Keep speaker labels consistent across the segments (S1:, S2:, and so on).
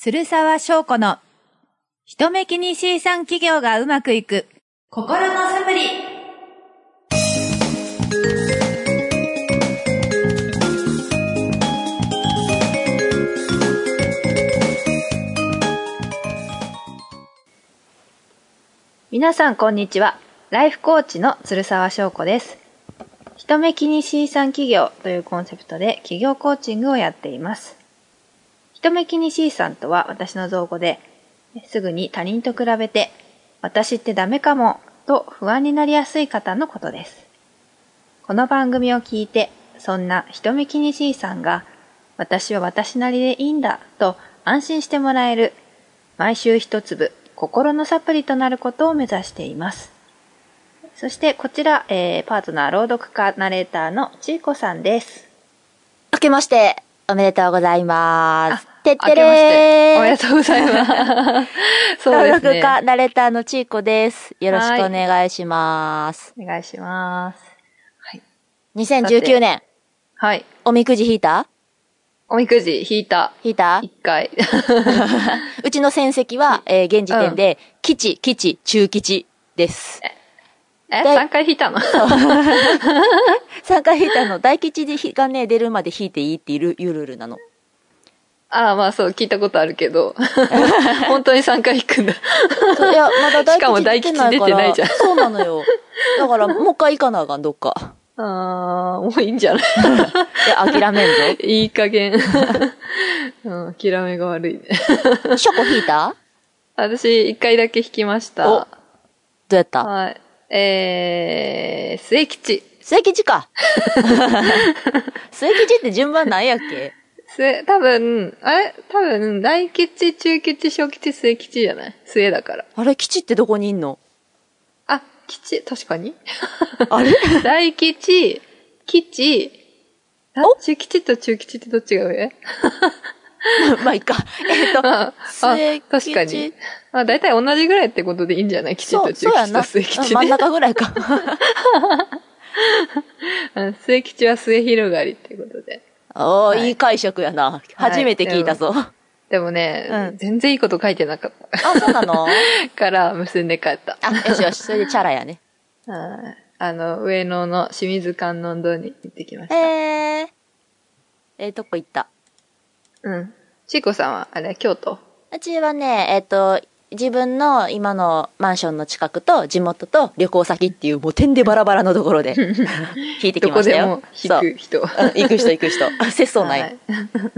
S1: 鶴沢翔子の人目気に C 産企業がうまくいく心のサプリ。皆さんこんにちは。ライフコーチの鶴沢翔子です。人目気に C 産企業というコンセプトで企業コーチングをやっています。人目気に C さんとは私の造語で、すぐに他人と比べて私ってダメかもと不安になりやすい方のことです。この番組を聞いて、そんな人目気に C さんが私は私なりでいいんだと安心してもらえる毎週一粒心のサプリとなることを目指しています。そしてこちら、パートナー朗読家ナレーターのちいこさんです。
S2: 明けましておめでとうございます。てって
S1: れー。おめでとうございます。そうですね。
S2: 朗読家ナレーターのちいこです。よろしくお願いします。
S1: お願いします。はい。
S2: 2019年。
S1: はい。
S2: おみくじ引いた？
S1: おみくじ引いた。
S2: 引いた？
S1: 1 回。
S2: うちの戦績は、現時点で、吉、中吉です。
S1: 3回引いたの
S2: ？3回引いたの。大吉がね、出るまで引いていいっていうルールなの。
S1: ああ、まあそう、聞いたことあるけど。本当に3回引くんだ。
S2: いや、まだ大吉出てないから。しかも大吉出て
S1: ないじゃん。
S2: そうなのよ。だから、もう一回行かなあかん、どっか。
S1: ああ、もういいんじゃない？
S2: いや、諦めんぞ。
S1: いい加減。うん、諦めが悪いね。
S2: ショコ引いた？
S1: 私、1回だけ引きました。
S2: お、どうやった？
S1: はい。末吉。
S2: 末吉か。末吉って順番何やっけ？
S1: 多分、大吉、中吉、小吉、末吉じゃない？末だから。
S2: あれ、吉ってどこにいんの？
S1: あ、吉、確かに。
S2: あれ
S1: 大吉、吉、中吉と中吉ってどっちが上？
S2: まあいいか。末吉。
S1: 確かに。まあ大体同じぐらいってことでいいんじゃない？吉と中吉と末吉で。
S2: 真ん中ぐらいか。
S1: 末吉は末広がりってことで。
S2: おー、いい解釈やな。初めて聞いたぞ。
S1: でもね、全然いいこと書いてなかった。
S2: あ、そうなの？
S1: から結んで帰った。
S2: あ、よしよし、それでチャラやね。
S1: 上野の清水観音堂に行ってきました。
S2: どこ行った？
S1: うん。ちいこさんは、京都？
S2: うちはね、自分の今のマンションの近くと地元と旅行先っていうもう点でバラバラのところで引いてきましたよ。
S1: どこでも引く人。
S2: 行く人。節操ない。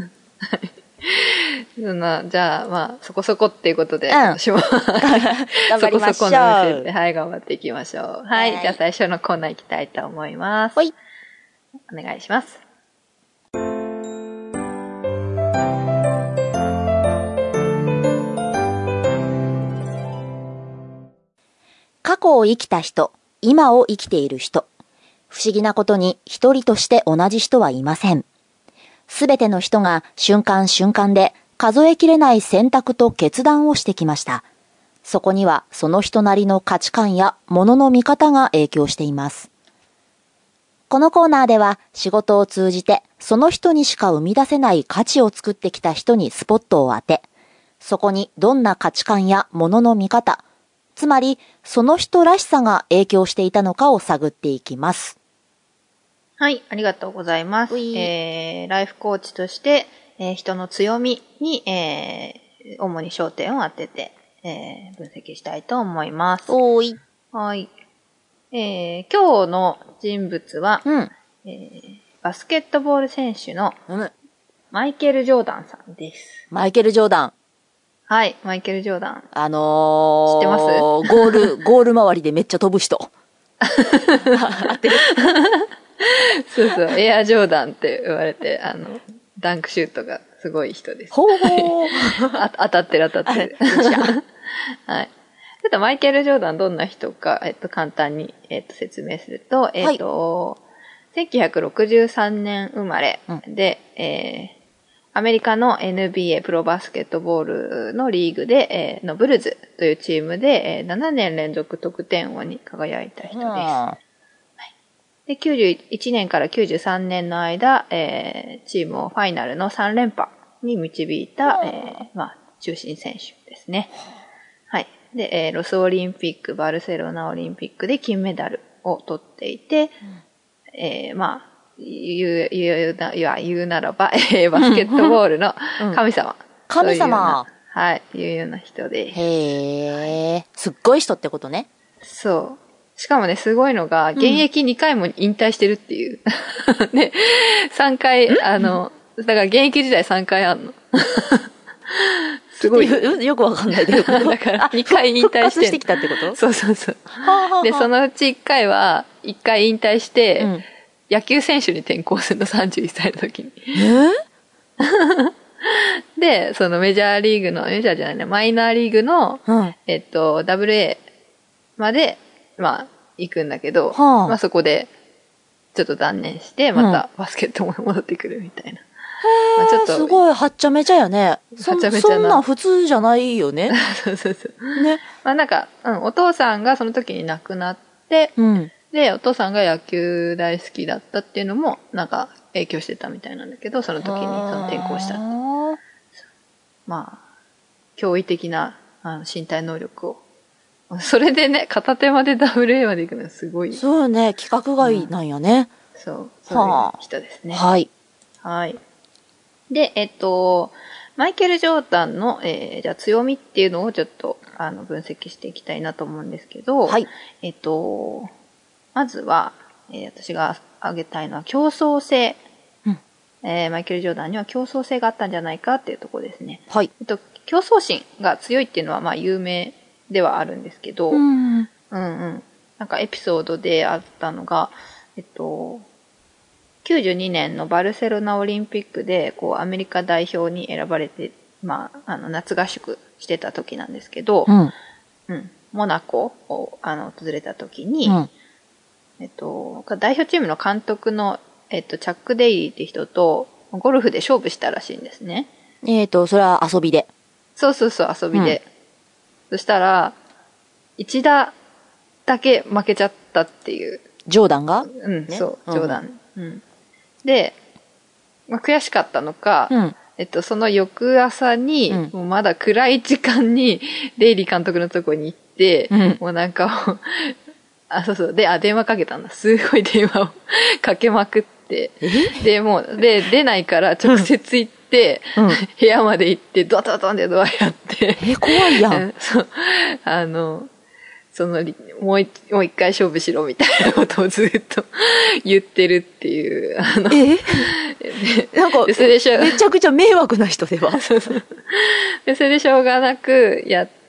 S1: じゃあ、まあ、そこそこっていうことで、私も
S2: 頑張りましょう。
S1: そこそこの目線で、はい、頑張っていきましょう。はい、じゃあ最初のコーナー行きたいと思います。
S2: はい。
S1: お願いします。
S2: 過去を生きた人、今を生きている人。不思議なことに一人として同じ人はいません。すべての人が瞬間瞬間で数えきれない選択と決断をしてきました。そこにはその人なりの価値観や物の見方が影響しています。このコーナーでは仕事を通じてその人にしか生み出せない価値を作ってきた人にスポットを当て、そこにどんな価値観や物の見方、つまりその人らしさが影響していたのかを探っていきます。
S1: はい、ありがとうございます。ライフコーチとして、人の強みに、主に焦点を当てて、分析したいと思います。
S2: おーい。
S1: はい。今日の人物は、バスケットボール選手のマイケル・ジョーダンさんです。
S2: マイケル・ジョーダン。
S1: はい、マイケル・ジョーダン。知ってます？
S2: ゴール周りでめっちゃ飛ぶ人。合ってる？
S1: そう、エア・ジョーダンって言われて、ダンクシュートがすごい人です。
S2: ほう
S1: 当たってる。はい。ちょっとマイケル・ジョーダンどんな人か、簡単に、説明すると、1963年生まれで、アメリカの NBA プロバスケットボールのリーグで、のブルズというチームで、7年連続得点王に輝いた人です。で、91年から93年の間、チームをファイナルの3連覇に導いた、 中心選手ですね。はい。で、ロスオリンピック、バルセロナオリンピックで金メダルを取っていて、まあ、言うならば、バスケットボールの神様。
S2: 神様。
S1: はい、いうような人で。
S2: へー。すっごい人ってことね。
S1: そう。しかもね、すごいのが、現役2回も引退してるっていう。で、3回、だから現役時代3回あんの。すごい。
S2: よくわかんないけど。
S1: だから、2回引退して。
S2: 復活してきたってこと？
S1: そうそうそう。で、そのうち1回は、1回引退して、野球選手に転向するの、31歳の時に。で、そのメジャーリーグの、メジャーじゃないね、マイナーリーグの、WA まで、まあ、行くんだけど、まあそこで、ちょっと断念して、またバスケットも戻ってくるみたいな。まあ、ちょっと
S2: すごい、はっちゃめちゃやね。
S1: はっちゃめちゃな。
S2: そんなん普通じゃないよね。
S1: そうそうそう。
S2: ね。
S1: まあなんか、お父さんがその時に亡くなって、で、お父さんが野球大好きだったっていうのも、なんか影響してたみたいなんだけど、その時にその転校したって。まあ、驚異的な身体能力を。それでね、片手まで WA まで行くのはすごい。
S2: そうね、規格外なんやね。
S1: そう、そういう人ですね。
S2: はい。
S1: はい。で、マイケル・ジョーダンの、じゃあ強みっていうのをちょっと、分析していきたいなと思うんですけど、
S2: はい。
S1: まずは、私が挙げたいのは競争性。マイケル・ジョーダンには競争性があったんじゃないかっていうところですね。
S2: はい。
S1: 競争心が強いっていうのは、まあ、有名ではあるんですけど、なんかエピソードであったのが、92年のバルセロナオリンピックで、こう、アメリカ代表に選ばれて、まあ、夏合宿してた時なんですけど、モナコを、訪れた時に、代表チームの監督の、チャック・デイリーって人と、ゴルフで勝負したらしいんですね。
S2: それは遊びで。
S1: そうそうそう、遊びで。そしたら、1打だけ負けちゃったっていう。
S2: ジョーダンが？
S1: そう、ジョーダン。で、まあ、悔しかったのか、その翌朝に、もうまだ暗い時間に、デイリー監督のとこに行って、もうなんかそうそう。で、電話かけたんだ。すごい電話をかけまくって。で、もう、出ないから直接行って、部屋まで行って、ドタドンでドアやって。
S2: 怖いやん。
S1: そう。もう一回勝負しろみたいなことをずっと言ってるっていう。
S2: なんか、めちゃくちゃ迷惑な人では。
S1: そうそう。で、それでしょうがなくやって、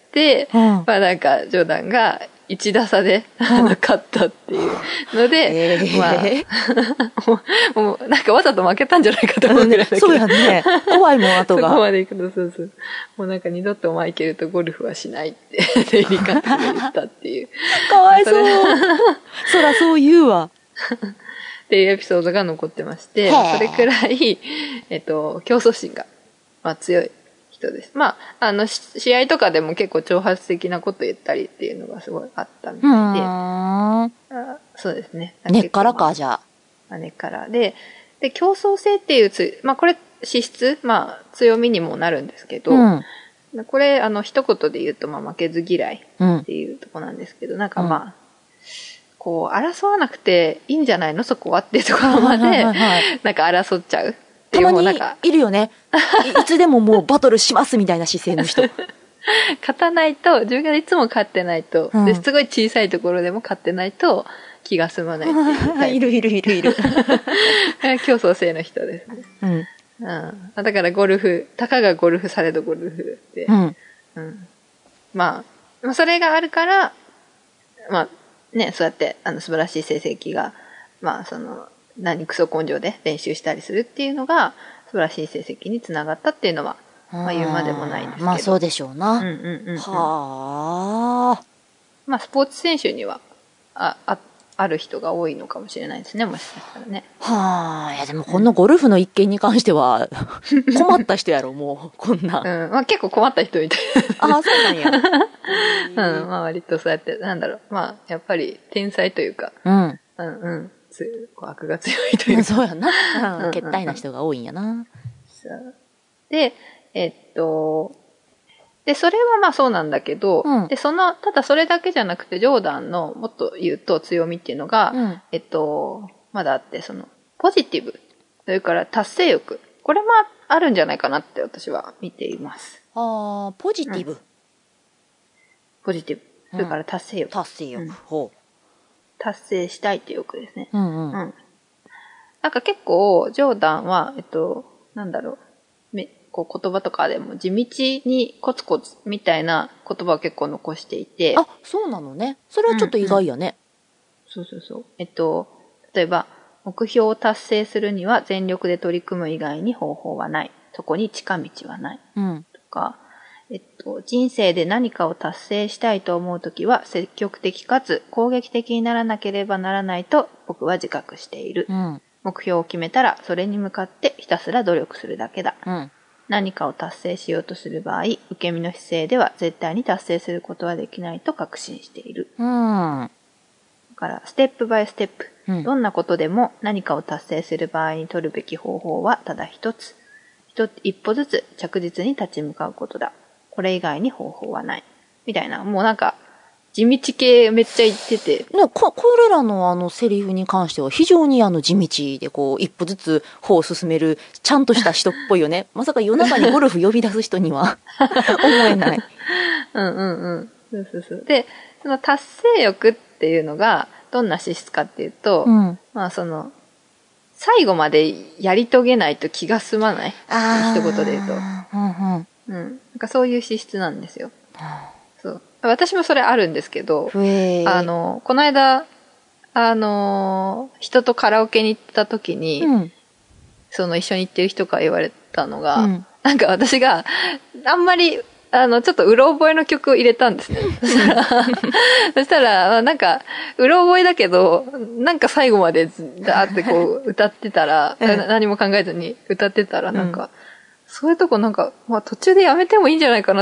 S1: まあなんか、ジョーダンが1打差で、勝ったっていうので、まあ、もうなんかわざと負けたんじゃないかと思うぐらいだけど。
S2: そうやね。怖いもん、後が。
S1: そこまで行くと、そうそう。もうなんか二度とマイケルとゴルフはしないって、デイリー監督が言ったっていう。
S2: かわいそう。そらそう言うわ。
S1: っていうエピソードが残ってまして、それくらい、競争心が、まあ、強い人です。まあ、試合とかでも結構挑発的なこと言ったりっていうのがすごいあったみたいで、そうですね。
S2: 根っからか、じゃ
S1: あ。根っからで、競争性っていうまあ、これ、資質、まあ、強みにもなるんですけど、これ、一言で言うと、まあ、負けず嫌いっていうとこなんですけど、なんかまあ、こう、争わなくていいんじゃないのそこはっていうところまで、なんか争っちゃうっていう。
S2: たまにいるよね。いつでももうバトルしますみたいな姿勢の人。
S1: 勝たないと、自分がいつも勝ってないと、すごい小さいところでも勝ってないと気が済まないっていう。
S2: いる。
S1: 競争性の人ですね。だからたかがゴルフされどゴルフで。まあ、それがあるから、まあ、ね、そうやって、素晴らしい成績が、まあ、何クソ根性で練習したりするっていうのが、素晴らしい成績につながったっていうのは、まあ言うまでもないんですけど。
S2: まあそうでしょうな。
S1: はあ。まあスポーツ選手には、ある人が多いのかもしれないですね、もしかしたらね。
S2: はあ、いやでもこのゴルフの一件に関しては、困った人やろ、もう、こんな。
S1: まあ結構困った人みたい
S2: な。ああ、そうなんや。
S1: まあ割とそうやって、なんだろう、まあやっぱり天才というか、悪が強いというか。
S2: そうやな。けったいな人が多いんやな。
S1: で、 で、それはまあそうなんだけど、
S2: うん
S1: で、ただそれだけじゃなくて、ジョーダンのもっと言うと強みっていうのが、まだあって、ポジティブ、それから達成欲。これもあるんじゃないかなって私は見ています。
S2: ポジティブ。
S1: ポジティブ。それから達成欲。
S2: 達成欲。ほう。
S1: 達成したいという欲ですね。
S2: うん。
S1: なんか結構、ジョーダンは、こう言葉とかでも地道にコツコツみたいな言葉を結構残していて。
S2: あ、そうなのね。それはちょっと意外やね。
S1: そう。例えば、目標を達成するには全力で取り組む以外に方法はない。そこに近道はない。とか、人生で何かを達成したいと思うときは積極的かつ攻撃的にならなければならないと僕は自覚している。目標を決めたらそれに向かってひたすら努力するだけだ。何かを達成しようとする場合、受け身の姿勢では絶対に達成することはできないと確信している。だから、ステップバイステップ。どんなことでも何かを達成する場合に取るべき方法はただ一つ。一歩ずつ着実に立ち向かうことだ。これ以外に方法はない。みたいな、もうなんか、地道系めっちゃ言ってて。
S2: これらのセリフに関しては非常に地道でこう一歩ずつ歩を進めるちゃんとした人っぽいよね。まさか夜中にゴルフ呼び出す人には思えない。
S1: そう。で、その達成欲っていうのがどんな資質かっていうと、最後までやり遂げないと気が済まない。一言で言うと。なんかそういう資質なんですよ。そう。私もそれあるんですけど、この間、人とカラオケに行った時に、一緒に行ってる人から言われたのが、なんか私があんまり、ちょっとうろ覚えの曲を入れたんですね。そしたら、なんか、うろ覚えだけど、なんか最後までだーってこう歌ってたら、何も考えずに歌ってたら、なんか、そういうとこなんか、まあ途中でやめてもいいんじゃないかなって、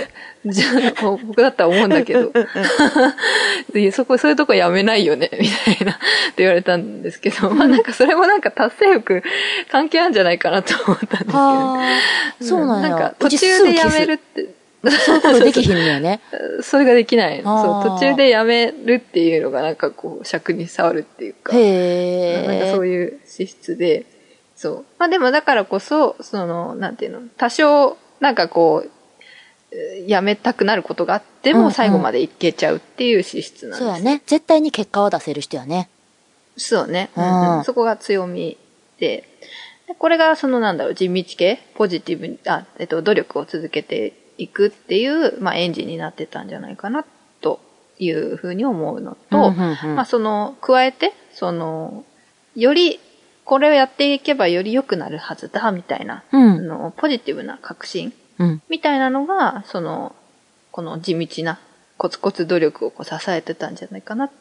S1: 僕だったら思うんだけど。そういうとこやめないよね、みたいな、って言われたんですけど、まあなんかそれもなんか達成欲関係あるんじゃないかなと思ったんですけど。
S2: そうなんや。
S1: なんか途中でやめるって。
S2: そういうことできひんのよね。
S1: それができない。途中でやめるっていうのがなんかこう、尺に触るっていうか。なんかそういう資質で。そう。まあでもだからこそ、なんていうの、多少、なんかこう、やめたくなることがあっても、最後までいけちゃうっていう資質なんです。
S2: そうだね。絶対に結果を出せる人やね。
S1: そうね。そこが強みで。これが地道系、ポジティブに、努力を続けていくっていう、まあエンジンになってたんじゃないかな、というふうに思うのと、まあ加えて、より、これをやっていけばより良くなるはずだ、みたいな、ポジティブな確信、みたいなのが、この地道なコツコツ努力をこう支えてたんじゃないかなって、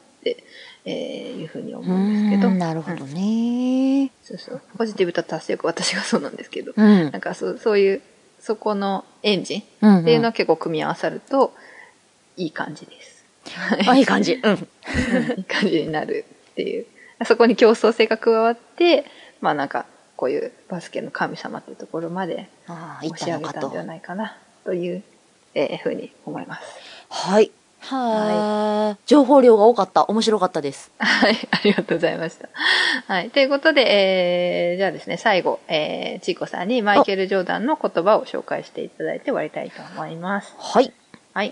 S1: いうふうに思うんですけど。
S2: なるほどね。
S1: そう。ポジティブと達成欲、私がそうなんですけど、なんかそういう、そこのエンジンっていうのは結構組み合わさると、いい感じです。
S2: いい感じ。いい
S1: 感じになるっていう。そこに競争性が加わって、まあなんか、こういうバスケの神様っていうところまで押し上げたんじゃないかな、というふうに思います。
S2: はい。情報量が多かった。面白かったです。
S1: はい。ありがとうございました。はい。ということで、じゃあですね、最後、ちいこさんにマイケル・ジョーダンの言葉を紹介していただいて終わりたいと思います。
S2: はい。
S1: はい。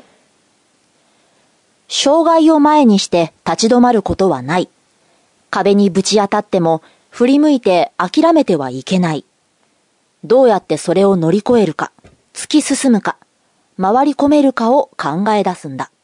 S2: 障害を前にして立ち止まることはない。壁にぶち当たっても振り向いて諦めてはいけない。どうやってそれを乗り越えるか、突き進むか、回り込めるかを考え出すんだ。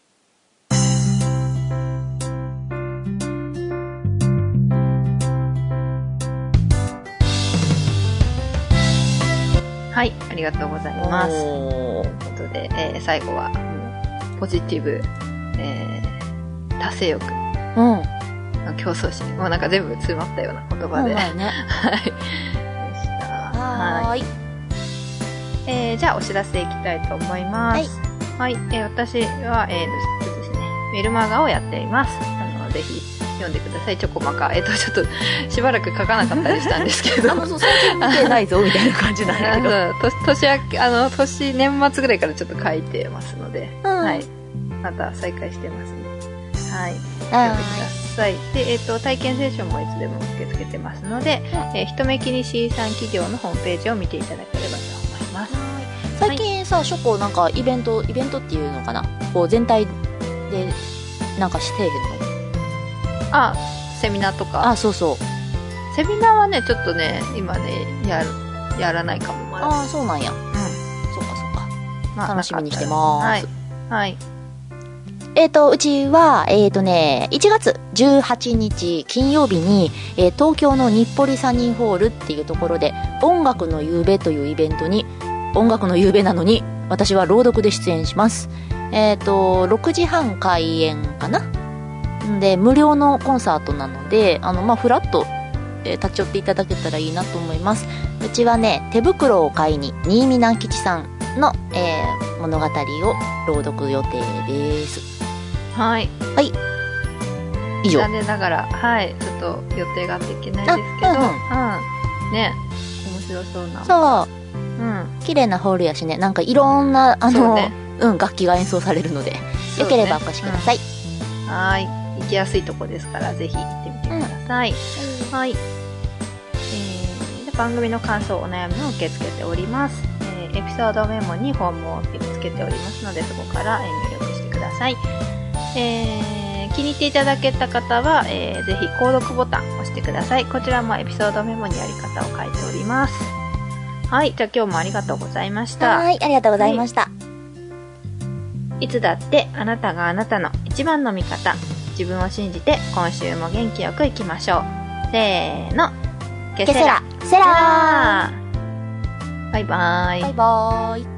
S1: はい、ありがとうございます。ということで、最後は、ポジティブ、達成欲。競争心。もうなんか全部詰まったような言葉で。はい。でした。はい。じゃあお知らせいきたいと思います。はい。私は、ですね、メルマガをやっています。ぜひ、 読んでください。ちょこまか。ちょっとしばらく書かなかったりしたんですけど。
S2: そう最近見てないぞみたいな感じなんだけど。
S1: 年末ぐらいからちょっと書いてますので、はい。また再開してますね。はい。読んでください。で、体験セッションもいつでも受け付けてますので、一目気に C さん企業のホームページを見ていただければと思います。
S2: 最近さ、ショコなんかイベントっていうのかな、こう全体でなんかしてへんの？
S1: セミナーとか。
S2: そうそう。
S1: セミナーはね、ちょっとね、今ね、やらないかも。まだ。
S2: そうなんや。そうかそうか。楽しみにしてまーす。
S1: はい。
S2: うちは、1月18日金曜日に、東京の日暮里サニーホールっていうところで、音楽の夕べというイベントに、音楽の夕べなのに、私は朗読で出演します。6時半開演かな。で、無料のコンサートなので、フラッと、立ち寄っていただけたらいいなと思います。うちはね、手袋を買いに、新見南吉さんの、物語を朗読予定です。
S1: はい。
S2: はい。以上。
S1: 残念ながら、はい。ちょっと予定があっていけないですけど、ね、面白そうな。
S2: そう。綺麗なホールやしね、なんかいろんな、楽器が演奏されるので、よければお越しください。
S1: はい。行きやすいとこですから、ぜひ行ってみてください。はい。番組の感想、お悩みも受け付けております。エピソードメモにフォームを受け付けておりますので、そこから入力してください。気に入っていただけた方は、ぜひ購読ボタンを押してください。こちらもエピソードメモにやり方を書いております。はい。じゃあ今日もありがとうございました。
S2: はい。ありがとうございました。
S1: いつだってあなたがあなたの一番の味方。自分を信じて今週も元気よくいきましょう。せーの。
S2: ケセラ。セラー。
S1: バイバーイ。
S2: バイバーイ。